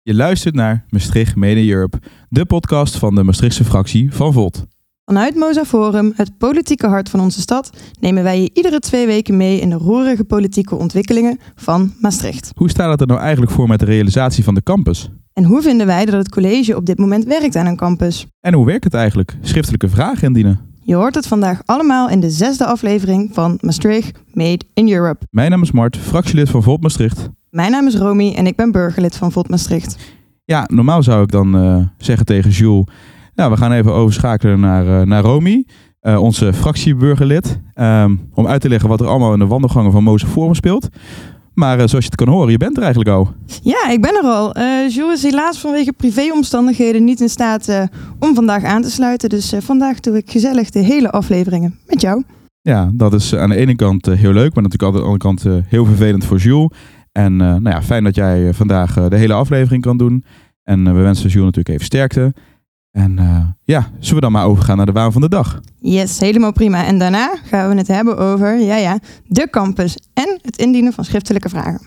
Je luistert naar Maastricht Media Europe, de podcast van de Maastrichtse fractie van Volt. Vanuit Moza Forum, het politieke hart van onze stad, nemen wij je iedere 2 weken mee in de roerige politieke ontwikkelingen van Maastricht. Hoe staat het er nou eigenlijk voor met de realisatie van de campus? En hoe vinden wij dat het college op dit moment werkt aan een campus? En hoe werkt het eigenlijk? Schriftelijke vragen indienen. Je hoort het vandaag allemaal in de 6e aflevering van Maastricht Made in Europe. Mijn naam is Mart, fractielid van Volt Maastricht. Mijn naam is Romy en ik ben burgerlid van Volt Maastricht. Ja, normaal zou ik dan zeggen tegen Jules, we gaan even overschakelen naar Romy, onze fractieburgerlid, om uit te leggen wat er allemaal in de wandelgangen van Moza Forum speelt. Maar zoals je het kan horen, je bent er eigenlijk al. Ja, ik ben er al. Jules is helaas vanwege privéomstandigheden niet in staat om vandaag aan te sluiten. Dus vandaag doe ik gezellig de hele afleveringen met jou. Ja, dat is aan de ene kant heel leuk, maar natuurlijk aan de andere kant heel vervelend voor Jules. En fijn dat jij vandaag de hele aflevering kan doen. En we wensen Jules natuurlijk even sterkte. En zullen we dan maar overgaan naar de waan van de dag? Yes, helemaal prima. En daarna gaan we het hebben over, de campus en het indienen van schriftelijke vragen.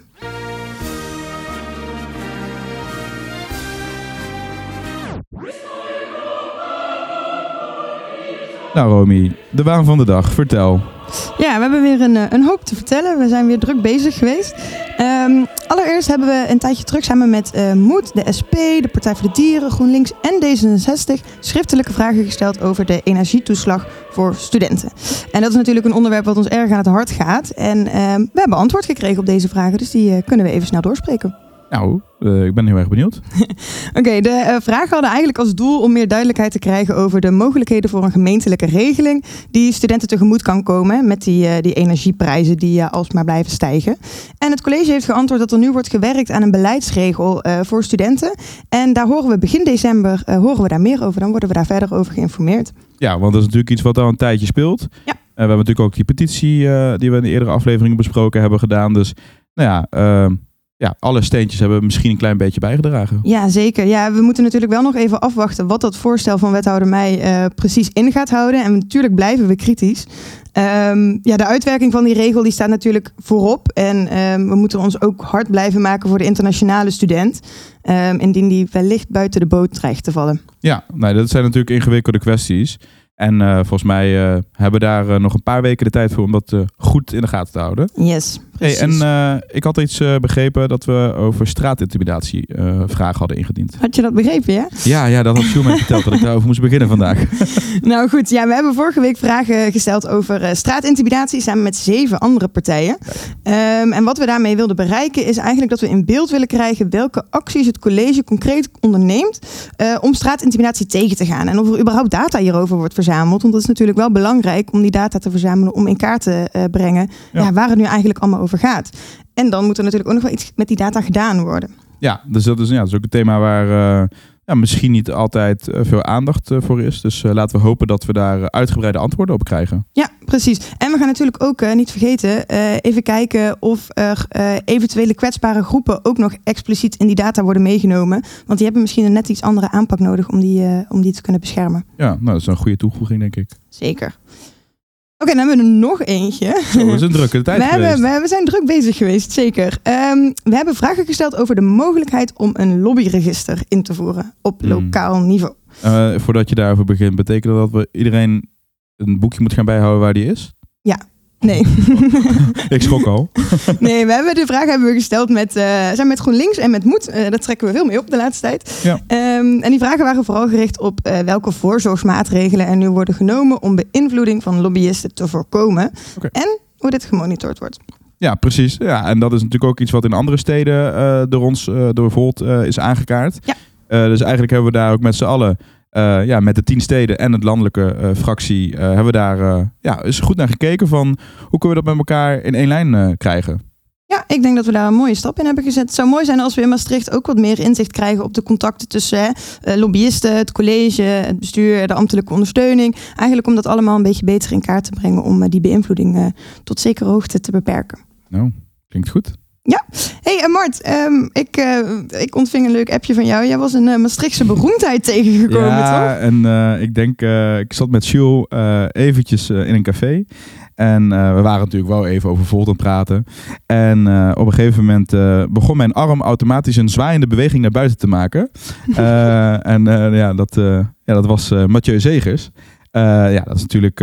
Nou Romy, de waan van de dag, vertel. Ja, we hebben weer een hoop te vertellen. We zijn weer druk bezig geweest. Allereerst hebben we een tijdje terug samen met Moed, de SP, de Partij voor de Dieren, GroenLinks en D66 schriftelijke vragen gesteld over de energietoeslag voor studenten. En dat is natuurlijk een onderwerp wat ons erg aan het hart gaat. En we hebben antwoord gekregen op deze vragen, dus die kunnen we even snel doorspreken. Nou, ik ben heel erg benieuwd. Oké, de vragen hadden eigenlijk als doel om meer duidelijkheid te krijgen over de mogelijkheden voor een gemeentelijke regeling die studenten tegemoet kan komen met die energieprijzen die alsmaar blijven stijgen. En het college heeft geantwoord dat er nu wordt gewerkt aan een beleidsregel voor studenten. En daar horen we begin december daar meer over. Dan worden we daar verder over geïnformeerd. Ja, want dat is natuurlijk iets wat al een tijdje speelt. Ja. We hebben natuurlijk ook die petitie die we in de eerdere afleveringen besproken hebben gedaan. Dus alle steentjes hebben misschien een klein beetje bijgedragen. Ja, zeker. Ja, we moeten natuurlijk wel nog even afwachten wat dat voorstel van wethouder Meij precies in gaat houden. En natuurlijk blijven we kritisch. De uitwerking van die regel die staat natuurlijk voorop. En we moeten ons ook hard blijven maken voor de internationale student. Indien die wellicht buiten de boot dreigt te vallen. Ja, dat zijn natuurlijk ingewikkelde kwesties. En volgens mij hebben we daar nog een paar weken de tijd voor om dat goed in de gaten te houden. Yes, precies. Ik had iets begrepen dat we over straatintimidatie vragen hadden ingediend. Had je dat begrepen, ja? Ja, dat had Jules mij verteld dat ik daarover moest beginnen vandaag. Nou goed, we hebben vorige week vragen gesteld over straatintimidatie samen met 7 andere partijen. En wat we daarmee wilden bereiken is eigenlijk dat we in beeld willen krijgen welke acties het college concreet onderneemt om straatintimidatie tegen te gaan. En of er überhaupt data hierover wordt verzameld. Want dat is natuurlijk wel belangrijk om die data te verzamelen om in kaart te brengen waar het nu eigenlijk allemaal over gaat. En dan moet er natuurlijk ook nog wel iets met die data gedaan worden. Ja, dus dat is ook een thema waar misschien niet altijd veel aandacht voor is. Dus laten we hopen dat we daar uitgebreide antwoorden op krijgen. Ja, precies. En we gaan natuurlijk ook niet vergeten even kijken of er eventuele kwetsbare groepen ook nog expliciet in die data worden meegenomen. Want die hebben misschien een net iets andere aanpak nodig om die te kunnen beschermen. Ja, dat is een goede toevoeging, denk ik. Zeker. Oké, dan hebben we er nog eentje. Zo, dat is een drukke tijd geweest. We zijn druk bezig geweest, zeker. We hebben vragen gesteld over de mogelijkheid om een lobbyregister in te voeren op lokaal niveau. Voordat je daarover begint, betekent dat we iedereen een boekje moet gaan bijhouden waar die is? Ja. Nee. Ik schrok al. Nee, de vraag hebben we gesteld zijn met GroenLinks en met Moed. Daar trekken we veel mee op de laatste tijd. Ja. En die vragen waren vooral gericht op welke voorzorgsmaatregelen er nu worden genomen om beïnvloeding van lobbyisten te voorkomen. Okay. En hoe dit gemonitord wordt. Ja, precies. Ja, en dat is natuurlijk ook iets wat in andere steden door Volt is aangekaart. Ja. Dus eigenlijk hebben we daar ook met z'n allen met de 10 steden en het landelijke fractie hebben we daar eens goed naar gekeken van hoe kunnen we dat met elkaar in één lijn krijgen. Ja, ik denk dat we daar een mooie stap in hebben gezet. Het zou mooi zijn als we in Maastricht ook wat meer inzicht krijgen op de contacten tussen lobbyisten, het college, het bestuur, de ambtelijke ondersteuning. Eigenlijk om dat allemaal een beetje beter in kaart te brengen om die beïnvloeding tot zekere hoogte te beperken. Nou, klinkt goed. Ja. Hey Mart, ik ontving een leuk appje van jou. Jij was een Maastrichtse beroemdheid tegengekomen, toch? Ja, en ik denk, ik zat met Jules eventjes in een café. En we waren natuurlijk wel even over Volt aan het praten. En op een gegeven moment begon mijn arm automatisch een zwaaiende beweging naar buiten te maken. Dat was Mathieu Zegers. Dat is natuurlijk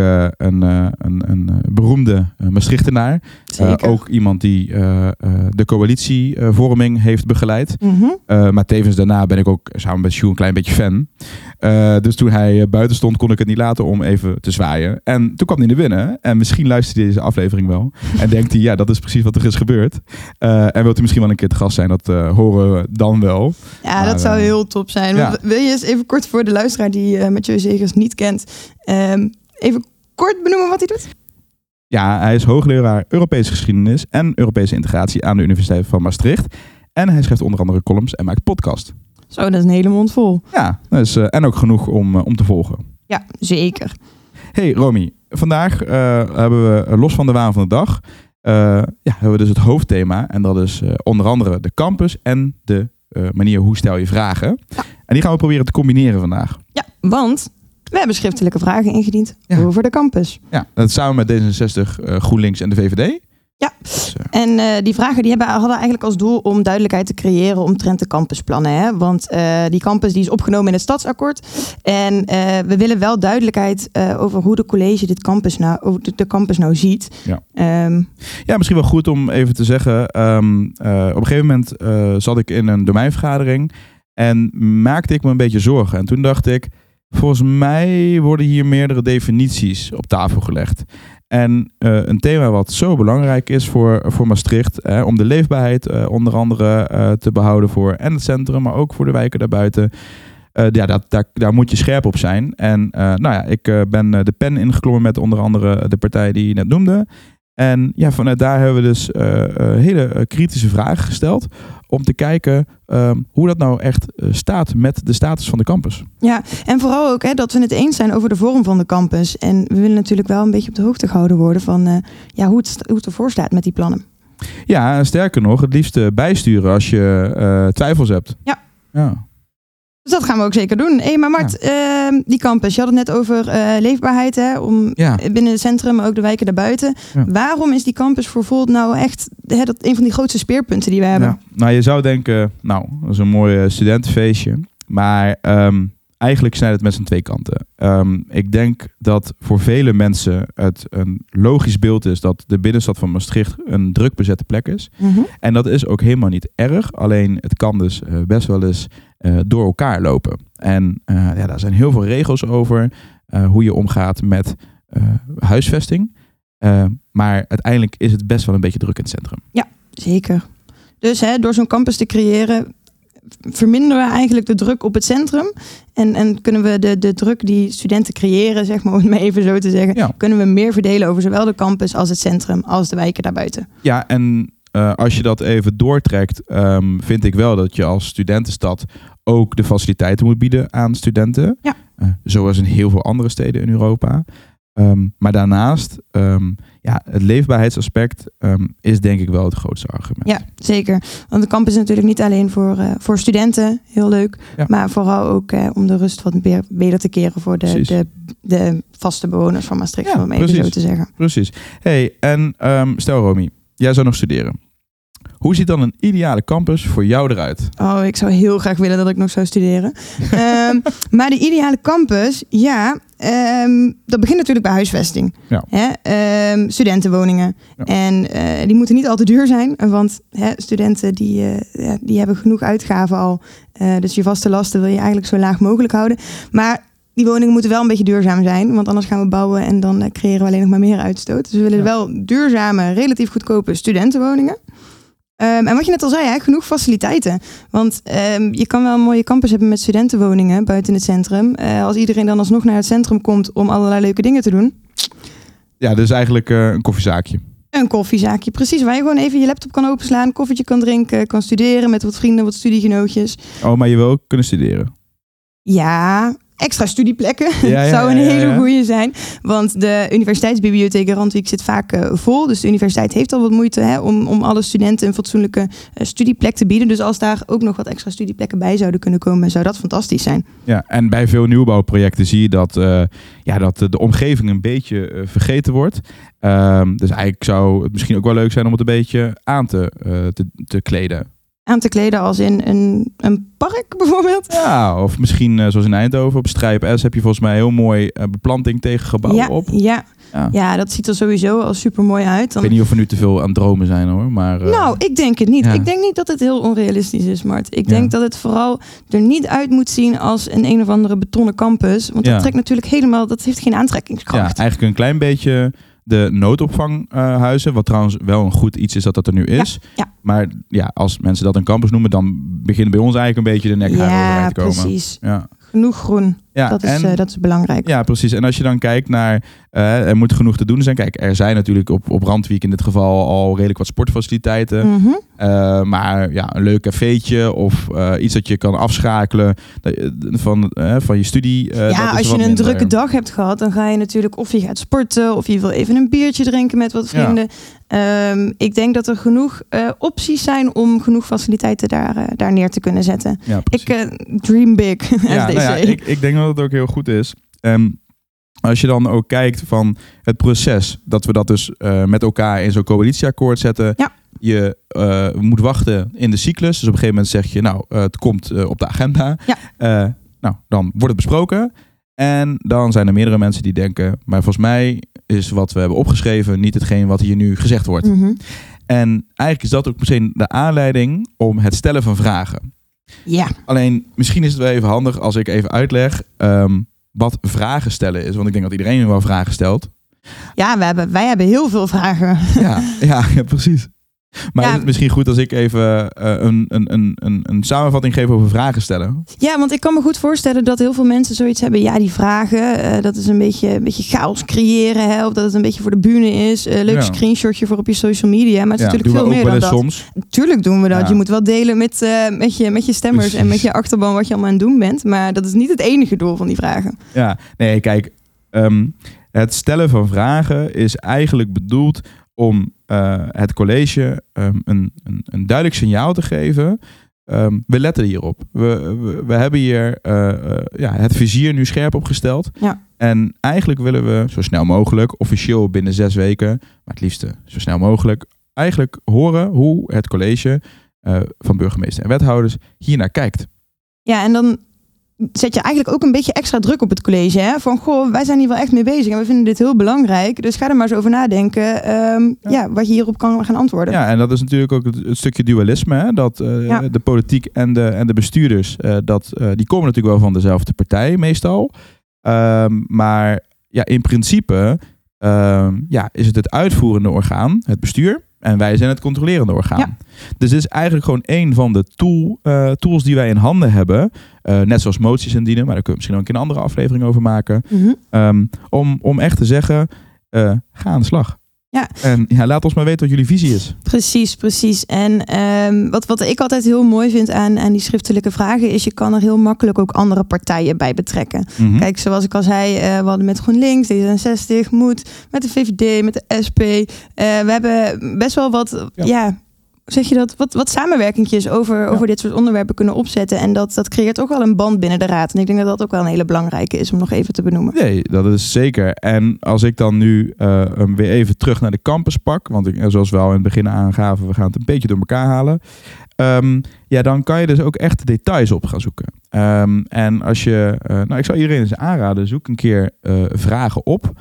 een beroemde Maastrichtenaar. Ook iemand die de coalitievorming heeft begeleid. Mm-hmm. Maar tevens daarna ben ik ook samen met Sjoe een klein beetje fan. Dus toen hij buiten stond, kon ik het niet laten om even te zwaaien. En toen kwam hij naar binnen. En misschien luistert hij deze aflevering wel. En denkt hij, dat is precies wat er is gebeurd. En wilt hij misschien wel een keer te gast zijn. Dat horen we dan wel. Ja, maar, dat zou heel top zijn. Ja. Wil je eens even kort voor de luisteraar die Mathieu Zegers niet kent... even kort benoemen wat hij doet? Ja, hij is hoogleraar Europese geschiedenis en Europese integratie aan de Universiteit van Maastricht. En hij schrijft onder andere columns en maakt podcast. Zo, dat is een hele mond vol. Ja, dus, en ook genoeg om te volgen. Ja, zeker. Hey Romy, vandaag hebben we los van de waan van de dag... hebben we dus het hoofdthema. En dat is onder andere de campus en de manier hoe stel je vragen. Ja. En die gaan we proberen te combineren vandaag. Ja, want... we hebben schriftelijke vragen ingediend over de campus. Ja, dat is samen met D66, GroenLinks en de VVD. Ja, dus, en die vragen hadden eigenlijk als doel om duidelijkheid te creëren omtrent de campusplannen. Hè? Want die campus die is opgenomen in het stadsakkoord. En we willen wel duidelijkheid over hoe de college de campus nou ziet. Ja. Misschien wel goed om even te zeggen. Op een gegeven moment zat ik in een domeinvergadering en maakte ik me een beetje zorgen. En toen dacht ik... volgens mij worden hier meerdere definities op tafel gelegd. En een thema wat zo belangrijk is voor Maastricht... om de leefbaarheid onder andere te behouden voor en het centrum... maar ook voor de wijken daarbuiten... daar moet je scherp op zijn. En ik ben de pen ingeklommen met onder andere de partij die je net noemde... En vanuit daar hebben we dus hele kritische vragen gesteld... om te kijken hoe dat nou echt staat met de status van de campus. Ja, en vooral ook dat we het eens zijn over de vorm van de campus. En we willen natuurlijk wel een beetje op de hoogte gehouden worden... van hoe het ervoor staat met die plannen. Ja, en sterker nog, het liefst bijsturen als je twijfels hebt. Ja. Dus dat gaan we ook zeker doen. Maar Mart, die campus, je had het net over leefbaarheid... hè, binnen het centrum, maar ook de wijken daarbuiten. Ja. Waarom is die campus voor Volt nou echt een van die grootste speerpunten die we hebben? Ja. Nou, je zou denken, dat is een mooi studentenfeestje. Maar eigenlijk snijdt het met z'n twee kanten. Ik denk dat voor vele mensen het een logisch beeld is... dat de binnenstad van Maastricht een druk bezette plek is. Mm-hmm. En dat is ook helemaal niet erg. Alleen het kan dus best wel eens... door elkaar lopen. En daar zijn heel veel regels over hoe je omgaat met huisvesting. Maar uiteindelijk is het best wel een beetje druk in het centrum. Ja, zeker. Dus door zo'n campus te creëren... verminderen we eigenlijk de druk op het centrum. En kunnen we de druk die studenten creëren, zeg maar, om het maar even zo te zeggen... kunnen we meer verdelen over zowel de campus als het centrum... als de wijken daarbuiten. Ja, en... als je dat even doortrekt, vind ik wel dat je als studentenstad ook de faciliteiten moet bieden aan studenten. Ja. Zoals in heel veel andere steden in Europa. Maar daarnaast, het leefbaarheidsaspect is denk ik wel het grootste argument. Ja, zeker. Want de campus is natuurlijk niet alleen voor studenten, heel leuk. Ja. Maar vooral ook om de rust wat beter te keren voor de vaste bewoners van Maastricht, om even zo te zeggen. Precies. Hey, en stel Romy, jij zou nog studeren. Hoe ziet dan een ideale campus voor jou eruit? Oh, ik zou heel graag willen dat ik nog zou studeren. Maar de ideale campus, dat begint natuurlijk bij huisvesting. Ja. Studentenwoningen. Ja. En die moeten niet al te duur zijn. Want studenten die hebben genoeg uitgaven al. Dus je vaste lasten wil je eigenlijk zo laag mogelijk houden. Maar die woningen moeten wel een beetje duurzaam zijn. Want anders gaan we bouwen en dan creëren we alleen nog maar meer uitstoot. Dus we willen wel duurzame, relatief goedkope studentenwoningen. En wat je net al zei, genoeg faciliteiten. Want je kan wel een mooie campus hebben met studentenwoningen buiten het centrum. Als iedereen dan alsnog naar het centrum komt om allerlei leuke dingen te doen. Ja, dus eigenlijk een koffiezaakje. Een koffiezaakje, precies. Waar je gewoon even je laptop kan openslaan, een koffietje kan drinken, kan studeren met wat vrienden, wat studiegenootjes. Oh, maar je wil ook kunnen studeren? Ja, extra studieplekken zou een hele goede zijn. Want de universiteitsbibliotheek in Randwijk zit vaak vol. Dus de universiteit heeft al wat moeite om alle studenten een fatsoenlijke studieplek te bieden. Dus als daar ook nog wat extra studieplekken bij zouden kunnen komen, zou dat fantastisch zijn. Ja, en bij veel nieuwbouwprojecten zie je dat de omgeving een beetje vergeten wordt. Dus eigenlijk zou het misschien ook wel leuk zijn om het een beetje aan te kleden. Aan te kleden als in een park bijvoorbeeld? Ja, of misschien zoals in Eindhoven op Strijp S heb je volgens mij heel mooi beplanting tegen gebouwen op. Ja, dat ziet er sowieso al super mooi uit. Ik weet niet of we nu te veel aan het dromen zijn hoor. Maar, nou, ik denk het niet. Ja. Ik denk niet dat het heel onrealistisch is, Mart. Ik denk dat het vooral er niet uit moet zien als een of andere betonnen campus. Want dat trekt natuurlijk dat heeft geen aantrekkingskracht. Ja, eigenlijk een klein beetje de noodopvanghuizen, wat trouwens wel een goed iets is dat er nu is. Ja. Maar ja, als mensen dat een campus noemen, dan beginnen bij ons eigenlijk een beetje de nekharen overeind te komen. Precies. Ja, genoeg groen. Ja, dat is belangrijk. Ja, precies. En als je dan kijkt naar, er moet genoeg te doen zijn. Kijk, er zijn natuurlijk op Randwijk in dit geval al redelijk wat sportfaciliteiten. Mm-hmm. Maar ja, een leuk cafeetje of iets dat je kan afschakelen van je studie. Als je een drukke dag hebt gehad, dan ga je natuurlijk of je gaat sporten of je wil even een biertje drinken met wat vrienden. Ja. Ik denk dat er genoeg opties zijn om genoeg faciliteiten daar neer te kunnen zetten. Ja, ik dream big, ik denk dat het ook heel goed is. Als je dan ook kijkt van het proces, dat we dat dus met elkaar in zo'n coalitieakkoord zetten. Ja. Je moet wachten in de cyclus. Dus op een gegeven moment zeg je, het komt op de agenda. Ja. Dan wordt het besproken. En dan zijn er meerdere mensen die denken, maar volgens mij is wat we hebben opgeschreven niet hetgeen wat hier nu gezegd wordt. Mm-hmm. En eigenlijk is dat ook meteen de aanleiding om het stellen van vragen. Ja. Alleen, misschien is het wel even handig als ik even uitleg wat vragen stellen is. Want ik denk dat iedereen wel vragen stelt. Ja, wij hebben heel veel vragen. Ja, precies. Maar is het misschien goed als ik even een samenvatting geef over vragen stellen? Ja, want ik kan me goed voorstellen dat heel veel mensen zoiets hebben. Ja, die vragen, dat is een beetje chaos creëren. Of dat het een beetje voor de bühne is. Leuk screenshotje voor op je social media. Maar het is natuurlijk veel meer dan dat. Soms. Tuurlijk doen we dat. Ja. Je moet wel delen met je stemmers. Precies. En met je achterban wat je allemaal aan het doen bent. Maar dat is niet het enige doel van die vragen. Ja, nee, kijk. Het stellen van vragen is eigenlijk bedoeld om het college een duidelijk signaal te geven. We letten hierop. We hebben hier het vizier nu scherp opgesteld. Ja. En eigenlijk willen we zo snel mogelijk, officieel binnen 6 weken, maar het liefste zo snel mogelijk, eigenlijk horen hoe het college van burgemeester en wethouders hiernaar kijkt. Ja, en dan zet je eigenlijk ook een beetje extra druk op het college. Hè? Van, wij zijn hier wel echt mee bezig en we vinden dit heel belangrijk. Dus ga er maar eens over nadenken wat je hierop kan gaan antwoorden. Ja, en dat is natuurlijk ook het stukje dualisme. Hè? Dat de politiek en de bestuurders, die komen natuurlijk wel van dezelfde partij meestal. Maar ja, in principe is het uitvoerende orgaan, het bestuur. En wij zijn het controlerende orgaan. Ja. Dus dit is eigenlijk gewoon een van de tools die wij in handen hebben. Net zoals moties indienen, maar daar kunnen we misschien ook een andere aflevering over maken. Mm-hmm. Om echt te zeggen, ga aan de slag. Ja. En laat ons maar weten wat jullie visie is. Precies. En wat ik altijd heel mooi vind aan die schriftelijke vragen is, je kan er heel makkelijk ook andere partijen bij betrekken. Mm-hmm. Kijk, zoals ik al zei, we hadden met GroenLinks, D66, Moed, met de VVD, met de SP. We hebben best wel wat, zeg je dat, wat samenwerkingjes over dit soort onderwerpen kunnen opzetten. En dat creëert ook wel een band binnen de raad. En ik denk dat dat ook wel een hele belangrijke is om nog even te benoemen. Nee, dat is zeker. En als ik dan nu weer even terug naar de campus pak, want zoals we al in het begin aangaven, we gaan het een beetje door elkaar halen. Dan kan je dus ook echt de details op gaan zoeken. En als je, ik zou iedereen eens aanraden, zoek een keer vragen op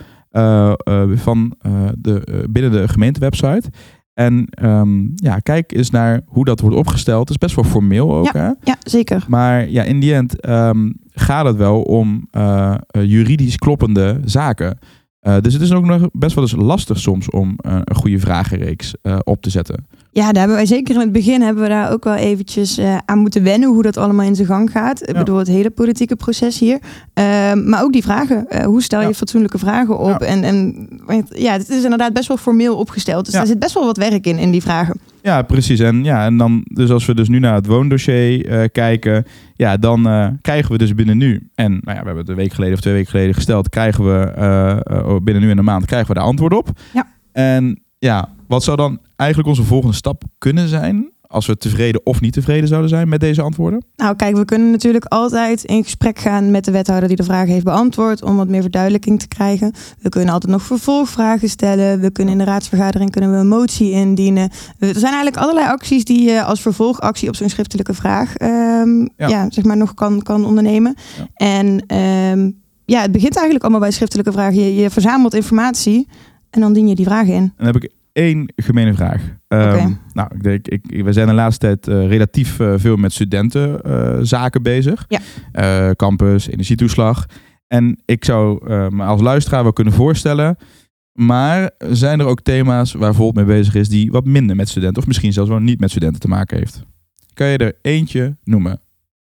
binnen de gemeentewebsite. En kijk eens naar hoe dat wordt opgesteld. Het is best wel formeel ook. Ja, zeker. Maar in die end gaat het wel om juridisch kloppende zaken. Dus het is ook nog best wel eens lastig soms om een goede vragenreeks op te zetten. Ja, daar hebben wij zeker in het begin ook wel eventjes aan moeten wennen hoe dat allemaal in zijn gang gaat. Ik bedoel, het hele politieke proces hier. Maar ook die vragen. Hoe stel je fatsoenlijke vragen op? Ja. En het is inderdaad best wel formeel opgesteld. Dus daar zit best wel wat werk in die vragen. Ja, precies. En dan, dus als we dus nu naar het woondossier kijken, ja, dan krijgen we dus binnen nu, en nou ja, we hebben het een week geleden of 2 weken geleden gesteld, krijgen we binnen nu en een maand krijgen we de antwoord op. Ja. En ja, wat zou dan eigenlijk onze volgende stap kunnen zijn als we tevreden of niet tevreden zouden zijn met deze antwoorden? Nou kijk, we kunnen natuurlijk altijd in gesprek gaan met de wethouder die de vraag heeft beantwoord om wat meer verduidelijking te krijgen. We kunnen altijd nog vervolgvragen stellen. We kunnen in de raadsvergadering een motie indienen. Er zijn eigenlijk allerlei acties die je als vervolgactie op zo'n schriftelijke vraag zeg maar nog kan ondernemen. Ja. En het begint eigenlijk allemaal bij schriftelijke vragen. Je verzamelt informatie en dan dien je die vragen in. En dan heb ik 1 gemene vraag. Okay. Nou, we zijn de laatste tijd relatief veel met studentenzaken bezig. Ja. Campus, energietoeslag. En ik zou me als luisteraar wel kunnen voorstellen, maar zijn er ook thema's waar Volt mee bezig is die wat minder met studenten, of misschien zelfs wel niet met studenten te maken heeft? Kan je er eentje noemen?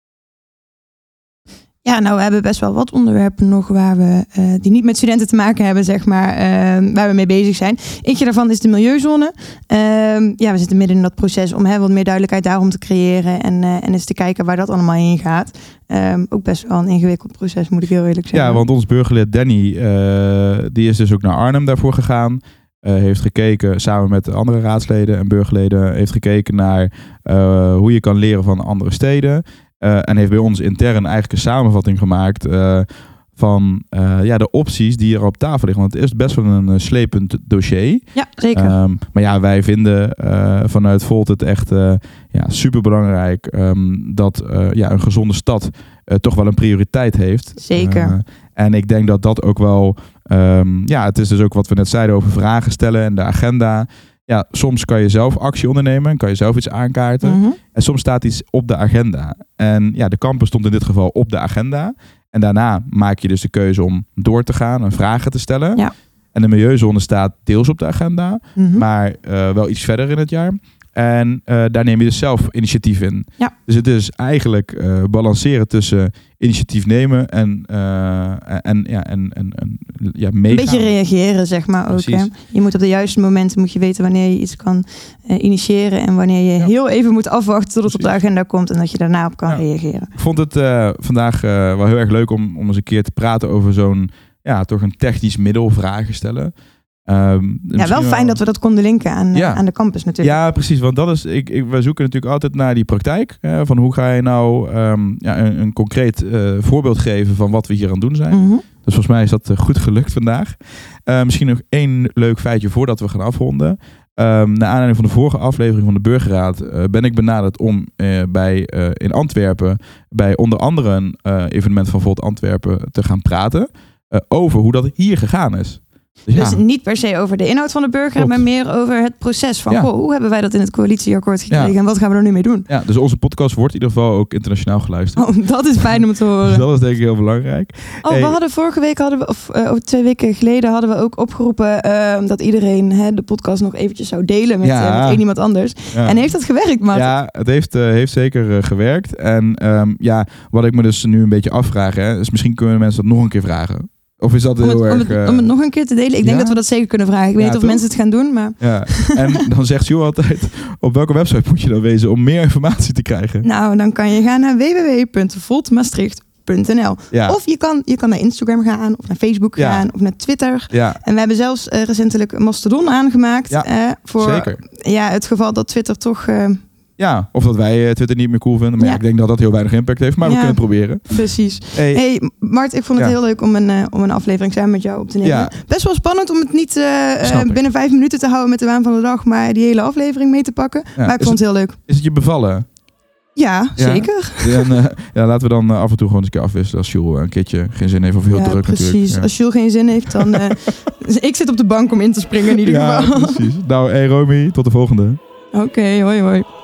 Ja, nou, we hebben best wel wat onderwerpen nog waar we die niet met studenten te maken hebben, zeg maar, waar we mee bezig zijn. Eentje daarvan is de milieuzone. We zitten midden in dat proces om wat meer duidelijkheid daarom te creëren en eens te kijken waar dat allemaal heen gaat. Ook best wel een ingewikkeld proces, moet ik heel eerlijk zeggen. Ja, want ons burgerlid Danny, die is dus ook naar Arnhem daarvoor gegaan. Heeft gekeken, samen met de andere raadsleden en burgerleden, heeft gekeken naar hoe je kan leren van andere steden. En heeft bij ons intern eigenlijk een samenvatting gemaakt van de opties die er op tafel liggen. Want het is best wel een slepend dossier. Ja, zeker. Maar ja, wij vinden vanuit Volt het echt superbelangrijk dat een gezonde stad toch wel een prioriteit heeft. Zeker. En ik denk dat dat ook wel, het is dus ook wat we net zeiden over vragen stellen en de agenda. Ja, soms kan je zelf actie ondernemen, kan je zelf iets aankaarten. Mm-hmm. En soms staat iets op de agenda. En ja, de campus stond in dit geval op de agenda. En daarna maak je dus de keuze om door te gaan en vragen te stellen. Ja. En de milieuzone staat deels op de agenda, maar wel iets verder in het jaar. En daar neem je dus zelf initiatief in. Ja. Dus het is eigenlijk balanceren tussen initiatief nemen en meegaan. Een beetje reageren, zeg maar ook. Hè? Je moet op de juiste momenten weten wanneer je iets kan initiëren en wanneer je heel even moet afwachten tot het op de agenda komt en dat je daarna op kan reageren. Ik vond het vandaag wel heel erg leuk om eens een keer te praten over zo'n toch een technisch middel, vragen stellen. Wel fijn dat we dat konden linken aan de campus natuurlijk. Ja, precies. Want dat is, wij zoeken natuurlijk altijd naar die praktijk. Van hoe ga je nou een concreet voorbeeld geven van wat we hier aan het doen zijn. Mm-hmm. Dus volgens mij is dat goed gelukt vandaag. Misschien nog 1 leuk feitje voordat we gaan afronden. Naar aanleiding van de vorige aflevering van de Burgerraad ben ik benaderd om in Antwerpen bij onder andere een evenement van Volt Antwerpen te gaan praten over hoe dat hier gegaan is. Dus niet per se over de inhoud van de burger, maar meer over het proces van hoe hebben wij dat in het coalitieakkoord gekregen en wat gaan we er nu mee doen? Ja, dus onze podcast wordt in ieder geval ook internationaal geluisterd. Oh, dat is fijn om te horen. Dus dat is denk ik heel belangrijk. We hadden vorige week, of 2 weken geleden, hadden we ook opgeroepen dat iedereen de podcast nog eventjes zou delen met één iemand anders. Ja. En heeft dat gewerkt, Maarten? Ja, het heeft zeker gewerkt. En wat ik me dus nu een beetje afvraag, is misschien kunnen mensen dat nog een keer vragen. Of is dat om het nog een keer te delen? Ik denk dat we dat zeker kunnen vragen. Ik weet niet of mensen het gaan doen, maar... Ja. En dan zegt Jules altijd, op welke website moet je dan wezen om meer informatie te krijgen? Nou, dan kan je gaan naar www.voltmaastricht.nl. Ja. Of je kan naar Instagram gaan, of naar Facebook gaan, of naar Twitter. Ja. En we hebben zelfs recentelijk Mastodon aangemaakt. Voor zeker. Het geval dat Twitter toch... of dat wij Twitter niet meer cool vinden. Maar ik denk dat dat heel weinig impact heeft. Maar we kunnen het proberen. Precies. Hey Mart, ik vond het heel leuk om een aflevering samen met jou op te nemen. Ja. Best wel spannend om het niet binnen 5 minuten te houden met de waan van de dag. Maar die hele aflevering mee te pakken. Ja. Maar ik vond het heel leuk. Is het je bevallen? Ja, zeker. En, laten we dan af en toe gewoon eens een keer afwisselen als Jules een keertje geen zin heeft of heel druk precies. natuurlijk. Ja. Als Jules geen zin heeft, dan... ik zit op de bank om in te springen in ieder geval. Ja, precies. Nou, Romy, tot de volgende. Oké, hoi hoi.